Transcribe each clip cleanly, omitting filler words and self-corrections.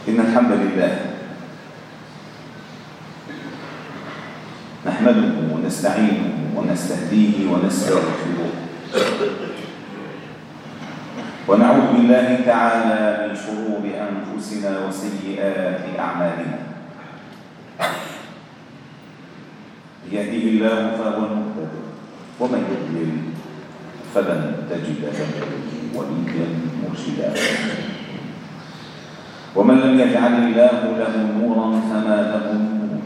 إن الحمد لله نحمده ونستعينه ونستهديه ونستغفره ونعوذ بالله تعالى من شرور أنفسنا وسيئات أعمالنا. يهديه الله فهو المهتد ومن يضلل فلن تجد له وليا مرشدا. ومن لم يجعل الله له نورا فما له نور.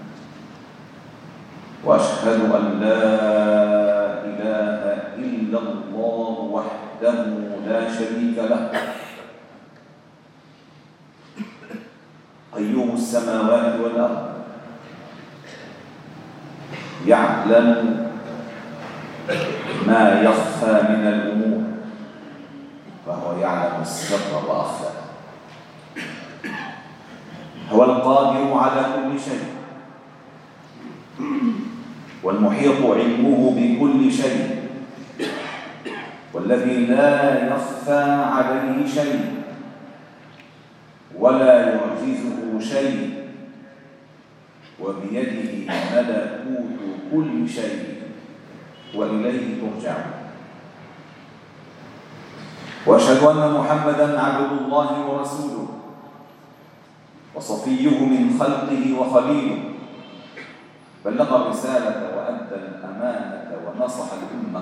واشهد ان لا اله الا الله وحده لا شريك له قيوم السماوات والارض يعلم ما يخفى من الامور وهو يعلم السر واخفى. هو القادر على كل شيء والمحيط علمه بكل شيء والذي لا يخفى عليه شيء ولا يعجزه شيء وبيده ملكوت كل شيء وإليه ترجعون. وأشهد أن محمدًا عبد الله ورسوله وصفيه من خلقه وخليله، بلغ الرسالة وأدى الأمانة ونصح الأمة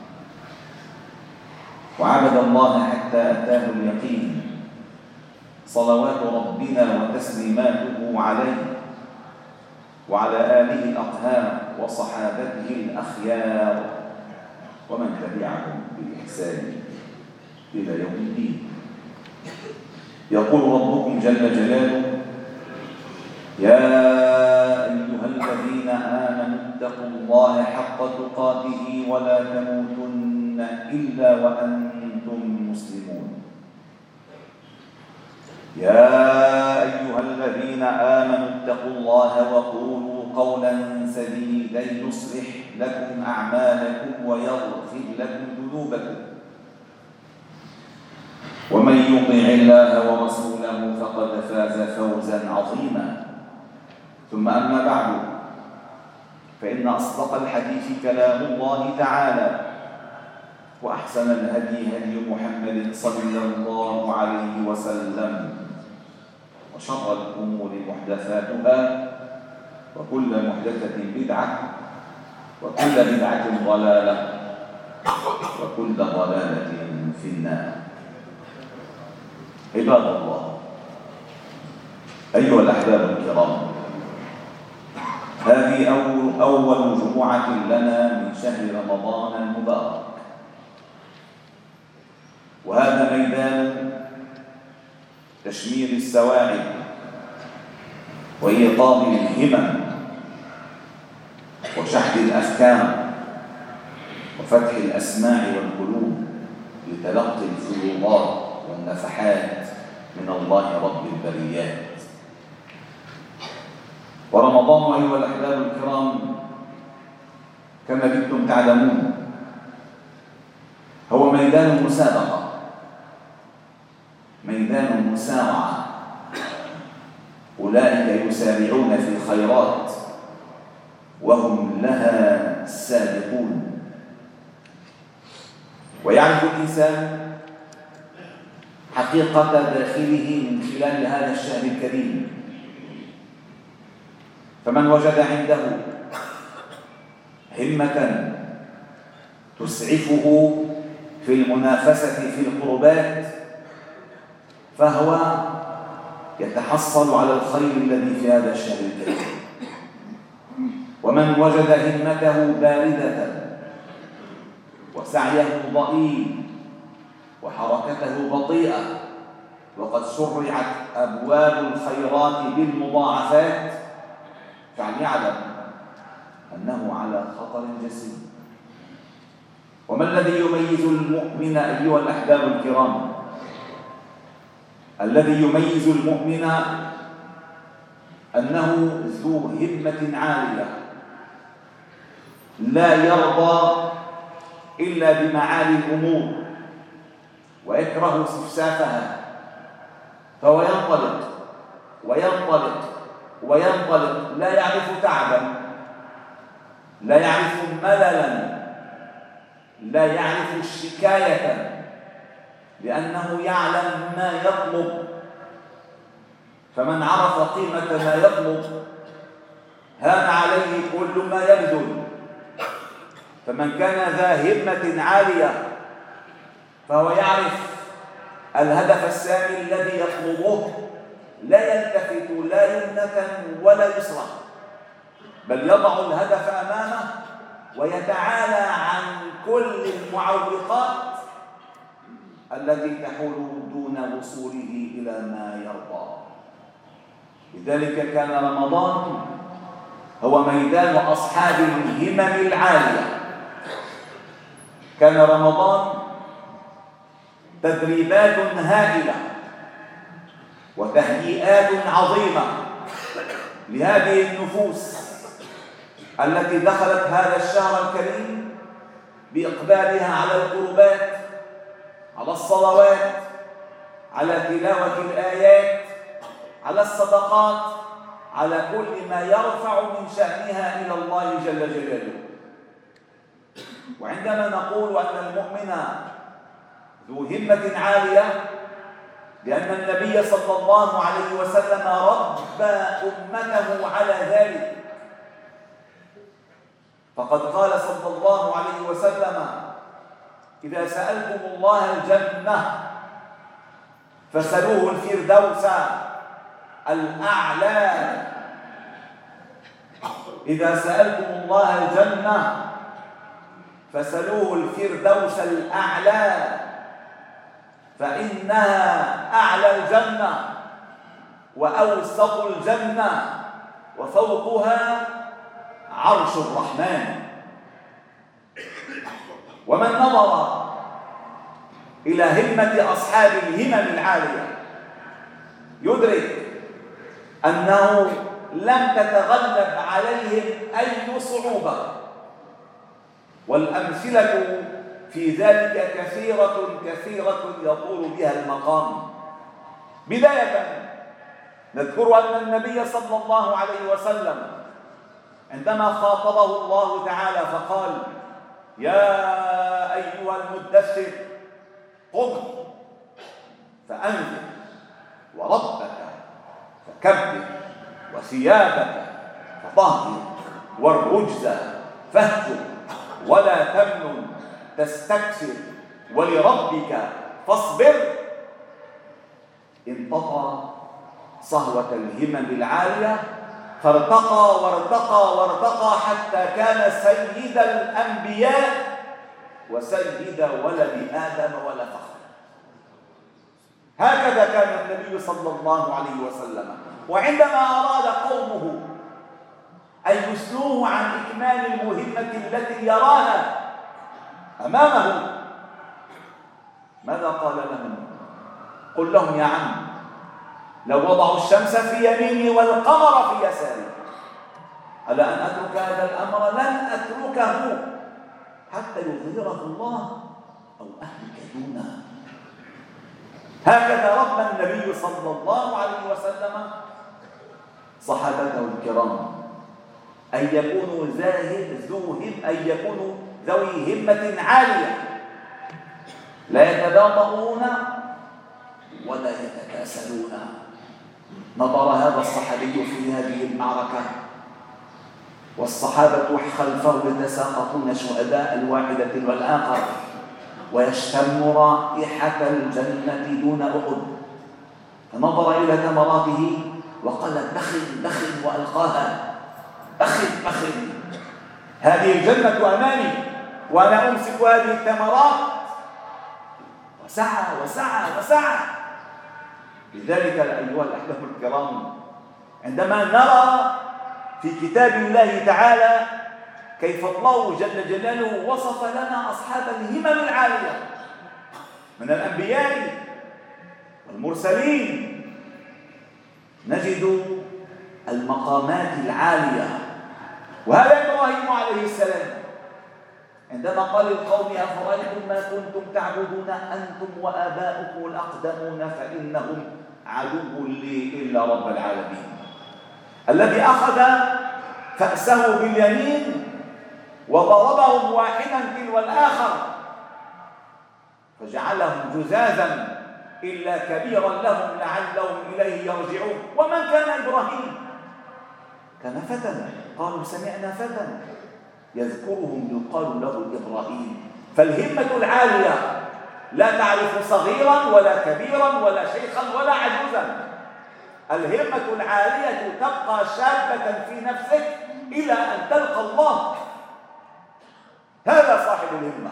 وعبد الله حتى أتاه اليقين، صلوات ربنا وتسليماته عليه وعلى آله الأطهار وصحابته الأخيار ومن تبعهم بإحسان إلى يوم الدين. يقول ربكم جل جلاله: يا أيها الذين آمنوا اتقوا الله حق تقاته ولا تموتن إلا وأنتم مسلمون. يا أيها الذين آمنوا اتقوا الله وقولوا قولا سديدا يصلح لكم أعمالكم ويغفر لكم ذنوبكم ومن يطع الله ورسوله فقد فاز فوزا عظيما. ثم أما بعد، فإن أصدق الحديث كلام الله تعالى وأحسن الهدي هدي محمد صلى الله عليه وسلم وشر الأمور محدثاتها وكل محدثة بدعة وكل بدعة ضلالة وكل ضلالة في النار. عباد الله، أيها الأحباب الكرام، هذه أول جمعة لنا من شهر رمضان المبارك، وهذا ميدان تشمير السواعد وإيقاظ الهمم وشحذ الأفكار وفتح الأسماع والقلوب لتلقي الفيوضات والنفحات من الله رب البريات. ورمضان أيها الأحباب الكرام كما كنتم تعلمون هو ميدان مسابقة، ميدان مسارعة، أولئك يسارعون في الخيرات وهم لها سابقون. ويعرف الإنسان حقيقة داخله من خلال هذا الشهر الكريم، فمن وجد عنده همة تسعفه في المنافسة في القربات فهو يتحصل على الخير الذي في هذا الشهر الكريم. ومن وجد همته باردة وسعيه ضئيل وحركته بطيئة وقد سرعت أبواب الخيرات بالمضاعفات فليعلم أنه على خطر جسيم. وما الذي يميز المؤمن أيها الأحباب الكرام؟ الذي يميز المؤمن أنه ذو همة عالية لا يرضى إلا بمعالي الأمور ويكره استفسافها، فهو ينطلق وينطلق، لا يعرف تعبا، لا يعرف مللا، لا يعرف شكاية، لأنه يعلم ما يطلب. فمن عرف قيمة ما يطلب هان عليه كل ما يبذل. فمن كان ذا همة عالية فهو يعرف الهدف السامي الذي يطلبه، لا يلتفت لا يمنة ولا يسرى، بل يضع الهدف أمامه ويتعالى عن كل المعوقات التي تحول دون وصوله إلى ما يرضى. لذلك كان رمضان هو ميدان أصحاب الهمم العالية. كان رمضان تدريبات هائلة وتهيئات عظيمة لهذه النفوس التي دخلت هذا الشهر الكريم بإقبالها على القربات، على الصلوات، على تلاوة الآيات، على الصدقات، على كل ما يرفع من شأنها إلى الله جل جلاله. وعندما نقول أن المؤمن ذو همة عالية، لأن النبي صلى الله عليه وسلم ربى أمته على ذلك، فقد قال صلى الله عليه وسلم: إذا سألتم الله الجنة فسألوه الفردوس الأعلى. إذا سألتم الله الجنة فسألوه الفردوس الأعلى، فإنها أعلى الجنة وأوسط الجنة وفوقها عرش الرحمن. ومن نظر إلى همة أصحاب الهمم العالية يدرك أنه لم تتغلب عليهم أي صعوبة، والأمثلة في ذلك كثيرة يطول بها المقام. بداية نذكر أن النبي صلى الله عليه وسلم عندما خاطبه الله تعالى فقال: يا أيها المدثر قم فأنذر وربك فكبر وثيابك فطهر والرجز فاهجر ولا تمنن تستكثر ولربك فاصبر. انطفى صهوة الهمم العالية فارتقى وارتقى وارتقى حتى كان سيد الأنبياء وسيد ولد آدم ولا فخر. هكذا كان النبي صلى الله عليه وسلم. وعندما أراد قومه أن يسلوه عن إكمال المهمة التي يراها أمامه، ماذا قال لهم؟ قل لهم: يا عم، لو وضعوا الشمس في يميني والقمر في يساري ألا أن أترك هذا الأمر؟ لن أتركه حتى يظهره الله أو أهلك دونه. هكذا ربى النبي صلى الله عليه وسلم صحابته الكرام أن يكونوا ذوي همة عالية، لا يتباطؤون ولا يتكاسلون. نظر هذا الصحابي في هذه المعركة والصحابة خلفه يتساقطون شهداء الواحدة والآخر، ويشتم رائحة الجنة دون أحد، فنظر إلى ثمراته وقال: بخل بخل، وألقاها. بخل بخل، هذه الجنة أمامي وأنا أمسك هذه الثمرات. وسعى وسعى وسعى. لذلك أيها الأحباب الكرام، عندما نرى في كتاب الله تعالى كيف الله جل جلاله وصف لنا أصحاب الهمم العالية من الأنبياء والمرسلين، نجد المقامات العالية. وهذا إبراهيم عليه السلام عندما قال للقوم: أفرأيتم ما كنتم تعبدون أنتم وآباؤكم الأقدمون فإنهم عدو لي إلا رب العالمين. الذي أخذ فأسه باليمين وضربهم واحدا تلو الآخر فجعلهم جذاذا إلا كبيرا لهم لعلهم إليه يرجعون. ومن كان إبراهيم؟ كان فتى، قالوا سمعنا فتى يذكرهم يقال له إبراهيم. فالهمة العالية لا تعرف صغيرا ولا كبيرا ولا شيخا ولا عجوزا. الهمة العالية تبقى شابة في نفسك إلى أن تلقى الله. هذا صاحب الهمة.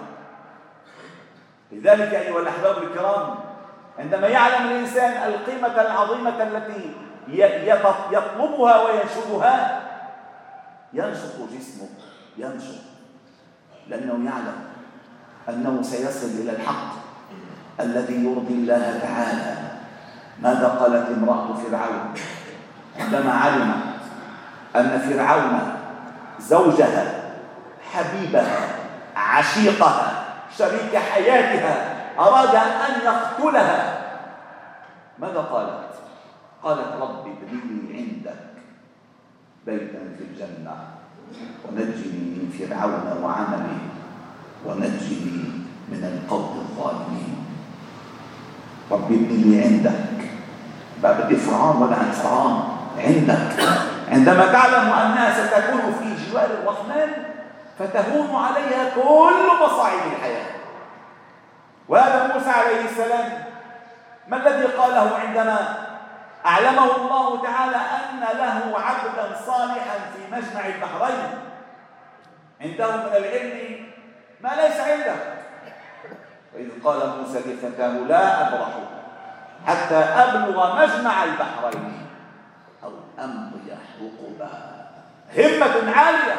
لذلك أيها الأحباب الكرام، عندما يعلم الإنسان القيمة العظيمة التي يطلبها وينشدها ينشط جسمه، ينشط، لأنه يعلم أنه سيصل إلى الحق الذي يرضي الله تعالى. ماذا قالت امرأة فرعون عندما علمت أن فرعون زوجها حبيبها عشيقها شريك حياتها أراد أن يقتلها؟ ماذا قالت؟ قالت رب ابن لي عندك بيتا في الجنة ونجني من فرعون وعمله ونجني من القوم الظالمين. رب ابن لي عندك، بقى بدي فرعون ولا عن فرعون؟ عندك. عندما تعلم أنها ستكون في جوار الرحمن فتهون عليها كل مصاعب الحياة. وهذا موسى عليه السلام ما الذي قاله عندما أعلمه الله تعالى أن له عبدا صالحا في مجمع البحرين؟ عنده من العلم ما ليس عنده. وإذ قال موسى لفتاه لا أبرح حتى أبلغ مجمع البحرين أو أمضي حقبا. همة عالية،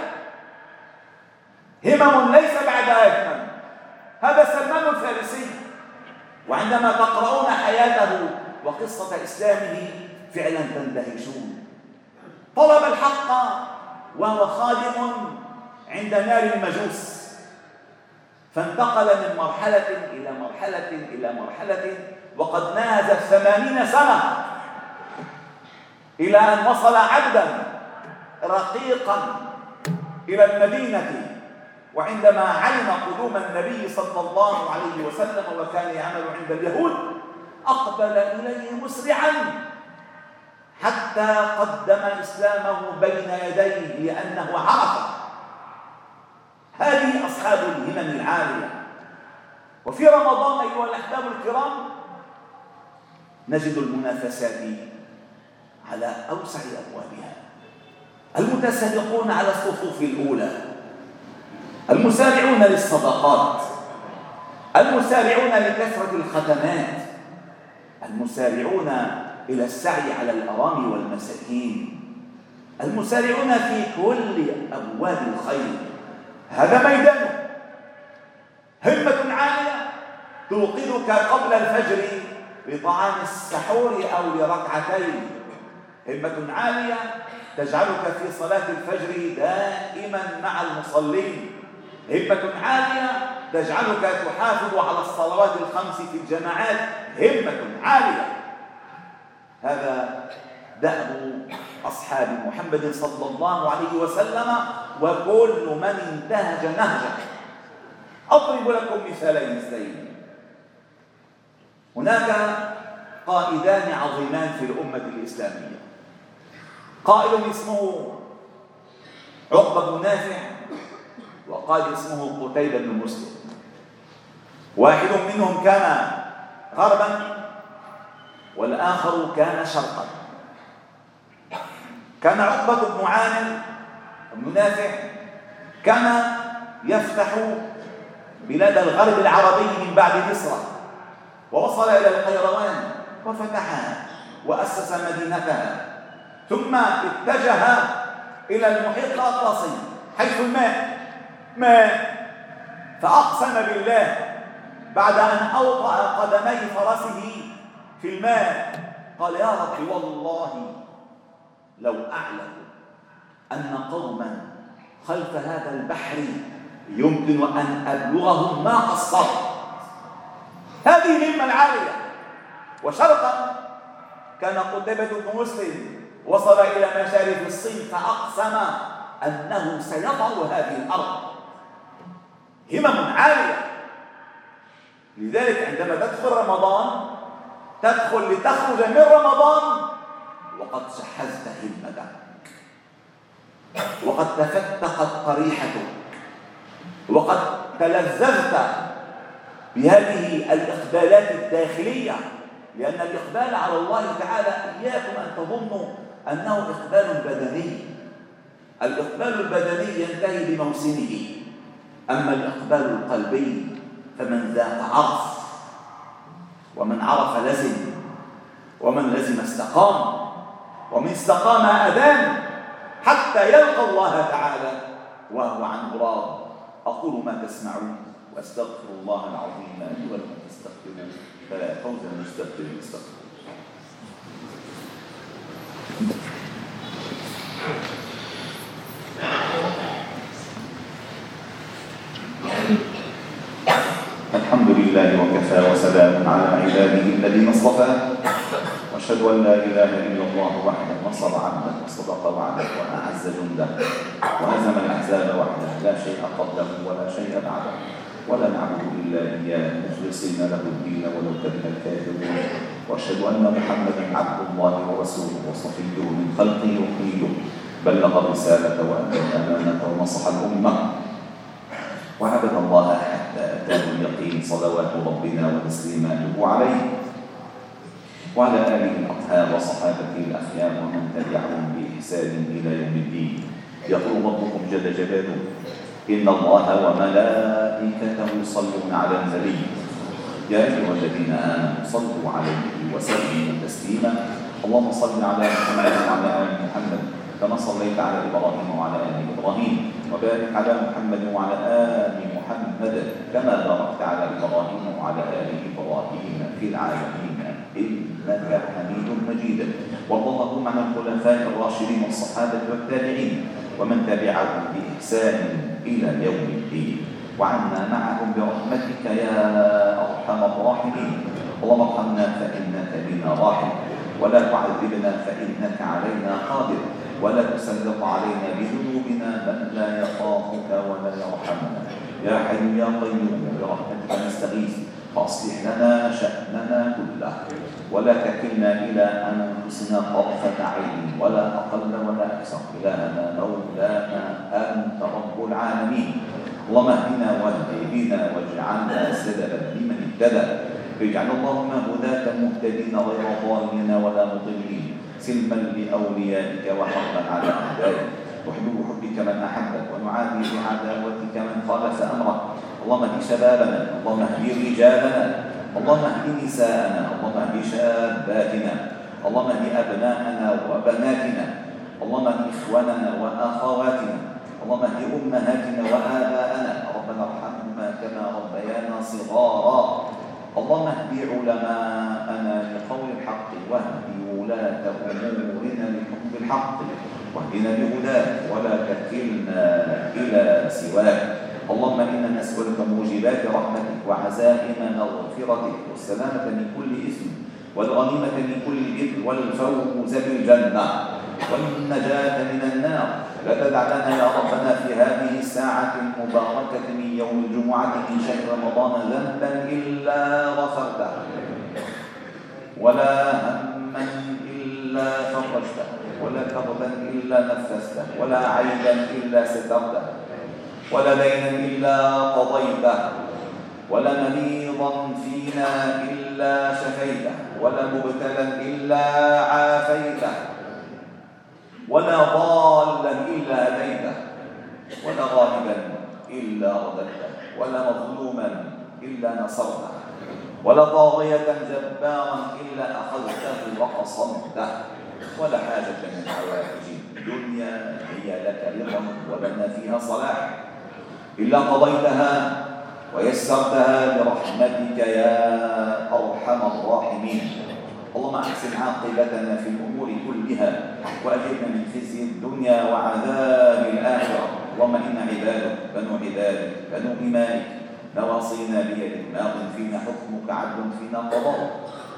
همم ليس بعدها همم. هذا سلمان الفارسي، وعندما تقرؤون حياته وقصة إسلامه فعلا تندهشون. طلب الحق وهو خادم عند نار المجوس، فانتقل من مرحلة إلى مرحلة إلى مرحلة، وقد ناهز 80 سنة إلى أن وصل عبدا رقيقا إلى المدينة. وعندما علم قدوم النبي صلى الله عليه وسلم وكان يعمل عند اليهود أقبل إليه مسرعا حتى قدم إسلامه بين يديه لأنه عرف. هذه أصحاب الهمم العالية. وفي رمضان أيها الأحباب الكرام نجد المنافسات على أوسع أبوابها. المتسابقون على الصفوف الأولى، المسارعون للصدقات، المسارعون لكثرة الختمات، المسارعون إلى السعي على الأرامل والمساكين، المسارعون في كل أبواب الخير. هذا ميدانه. همة عالية توقظك قبل الفجر لطعام السحور أو لركعتين. همة عالية تجعلك في صلاة الفجر دائما مع المصلين. همة عالية تجعلك تحافظ على الصلوات الخمس في الجماعات. همة عالية. هذا دأب أصحاب محمد صلى الله عليه وسلم وكل من انتهج نهجه. أضرب لكم مثالين اثنين. هناك قائدان عظيمان في الأمة الإسلامية، قائد اسمه عقبة بن نافع وقائد اسمه قتيبة بن مسلم. واحد منهم كان غربا والآخر كان شرقا. كان عقبة بن عامر بن نافع كان يفتح بلاد الغرب العربي من بعد مصر، ووصل إلى القيروان وفتحها وأسس مدينتها، ثم اتجه إلى المحيط الأطلسي حيث الماء فأقسم بالله بعد أن أوطأ قدمي فرسه في الماء، قال يا رب والله لو أعلم أن قوما خلف هذا البحر يمكن أن أبلغهم ما قصرت. هذه الهمة العالية. وشرقا كان قتيبة بن مسلم وصل إلى مشارف الصين فأقسم أنه سيطأ هذه الأرض. همم عالية. لذلك عندما تدخل رمضان تدخل لتخرج من رمضان وقد شحذت همتك، وقد تفتقت قريحتك، وقد تلذذت بهذه الإقبالات الداخلية. لأن الإقبال على الله تعالى إياكم أن تظنوا أنه إقبال بدني. الإقبال البدني ينتهي بموسمه، أما الإقبال القلبي فمن ذاق عرف، ومن عرف لزم، ومن لزم استقام، ومن استقام أدام حتى يلقى الله تعالى وهو عنه راض. أقول ما تسمعون وأستغفر الله العظيم لي ولكم فاستغفروه فلا فوز المستغفرين. استغفروه. الحمد لله وكفى وسلام على عباده الذين اصطفى، واشهد ان لا اله الا الله وحده نصر عبده وصدق وعده واعز جنده وهزم الاحزاب وحده لا شيء قبله ولا شيء بعده، ولا نعبد الا اياه مخلصين له الدين ولو كره الكافرون. واشهد ان محمدا عبد الله ورسوله وصفيه من خلقه وخليله، بلغ الرساله وادى الامانه ونصح الامه وعبد الله حتى أتاه اليقين، صلوات ربنا وتسليماته عليه وعلى آله الأطهار وصحابته الأخيار ومن تبعهم بإحسان إلى يوم الدين. يقول ربكم جل جلاله: إن الله وملائكته يصلون على النبي يا أيها الذين آمنوا صلوا عليه وسلموا تسليما. اللهم صل على محمد وعلى آل محمد كما صليت على إبراهيم وعلى آل إبراهيم، وبارك على محمد وعلى آل محمد كما باركت على إبراهيم وعلى آل إبراهيم في العالمين إنك حميد مجيد. وارض اللهم عن الخلفاء الراشدين والصحابة والتابعين ومن تبعهم بإحسان إلى يوم الدين، وعنا معهم برحمتك يا أرحم الراحمين. اللهم ارحمنا فإنك بنا راحم، ولا تعذبنا فإنك علينا قادر، ولا تسلط علينا بذنوبنا من لا يخافك ولا يرحمنا. يا حي يا قيوم برحمتك نستغيث، فاصلح لنا شأننا كله، ولا تكلنا إلى أنفسنا طرفة عين ولا أقل ولا أكثر. إلهنا مولانا أنت رب العالمين. اللهم اهدنا واهد بنا واجعلنا سببا لمن اهتدى. اجعل اللهم هداة مهتدين غير ضالين ولا مضلين، سلما لأوليائك وحربا على أعدائك. وحب حبك من أحبك ونعادي بعداوتك من خالف أمرك. اللهم اهد شبابنا، اللهم اهد رجالنا، اللهم اهد نساءنا، اللهم اهد شاباتنا، اللهم اهد أبناءنا وبناتنا، اللهم اهد إخواننا وأخواتنا، اللهم اهد أمهاتنا وآباءنا. ربنا ارحمهما كما ربيانا صغارا. اللهم اهد علماءنا لقول الحق، واهد ولاة أمورنا لحب الحق، واهدنا بهداك ولا تكلنا إلى سواك. اللهم إنا نسألك موجبات رحمتك وعزائم مغفرتك والسلامة من كل إثم والغنيمة من كل إثم والفوز بالجنة والنجاة من النار. لا تدع لنا يا ربنا في هذه الساعة المباركة من يوم الجمعة من شهر رمضان ذنبا إلا غفرته، ولا هما إلا فرجته، ولا كربا إلا نفسته، ولا عيبا إلا سترته، ولا دينا إلا قضيته، ولا مريضا فينا إلا شفيته، ولا مبتلا إلا عافيته، ولا ضالا إلا هديته، ولا غائبا إلا رددته، ولا مظلوما إلا نصرته، ولا طاغية جبارا إلا أخذته وقصمته، ولا حاجة من حوائج الدنيا هي لك رضا ولنا فيها صلاح إلا قضيتها ويسرتها برحمتك يا أرحم الراحمين. اللهم أحسن عاقبتنا في الأمور كلها وأجرنا من خزي الدنيا وعذاب الآخرة. اللهم إنا عبادك بنو عبادك بنو إمائك، نواصينا بيدك، ماض فينا حكمك، عدل فينا قضاءك.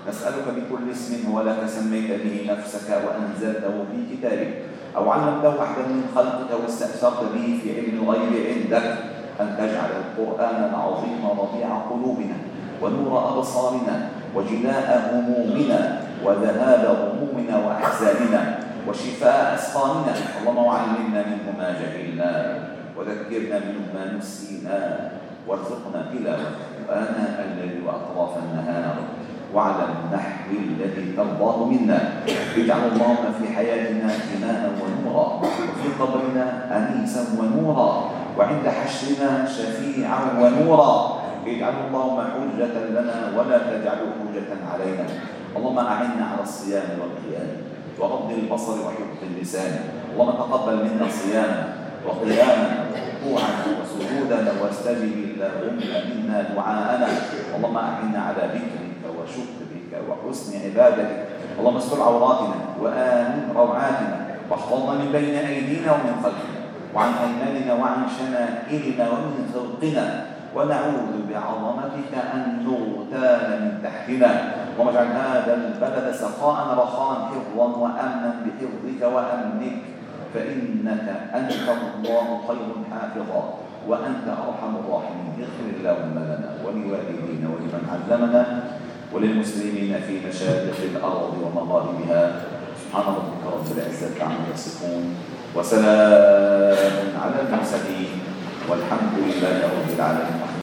نسألك بكل اسم هو لك سميت به نفسك وأنزلته في كتابك أو علمته أحدا من خلقك واستأثرت به في علم الغيب عندك أن تجعل القرآن العظيم ربيع قلوبنا ونور أبصارنا وجلاء همومنا وذهاب غمومنا وأحزاننا وشفاء أسقامنا. اللهم علمنا منه ما جهلنا وذكرنا منه ما نسينا وارزقنا تلاوته آناء الليل وأطراف النهار وعلى النحو الذي ترضاه منا. اجعل اللهم في حياتنا إيمانا ونورا وفي قبرنا أنيسا ونورا وعند حشرنا شفيعا ونورا. اجعل اللهم حجة لنا ولا تجعله حجة علينا. اللهم أعنا على الصيام والقيام وغض البصر وحفظ اللسان. اللهم تقبل منا صيامنا وقيامنا وركوعنا وسجودنا واستجب اللهم منا دعاءنا. اللهم أعنا على ذكرك وشكرك وحسن عبادتك. اللهم استر عوراتنا وآمن روعاتنا واحفظنا من بين أيدينا ومن خلفنا وعن أيماننا وعن شمائلنا ومن فوقنا ونعوذ بعظمتك أن نغتال من تحتنا. اللهم اجعل هذا البلد سخاء رخاء حفظا وأمنا بحفظك وأمنك فإنك أنت الله خير حافظا وأنت أرحم الراحمين. اغفر اللهم لنا ولوالدينا ولمن علمنا وللمسلمين في مشارق الأرض ومغاربها. سبحان ربك رب العزة عما يصفون وسلام على المرسلين والحمد لله رب العالمين.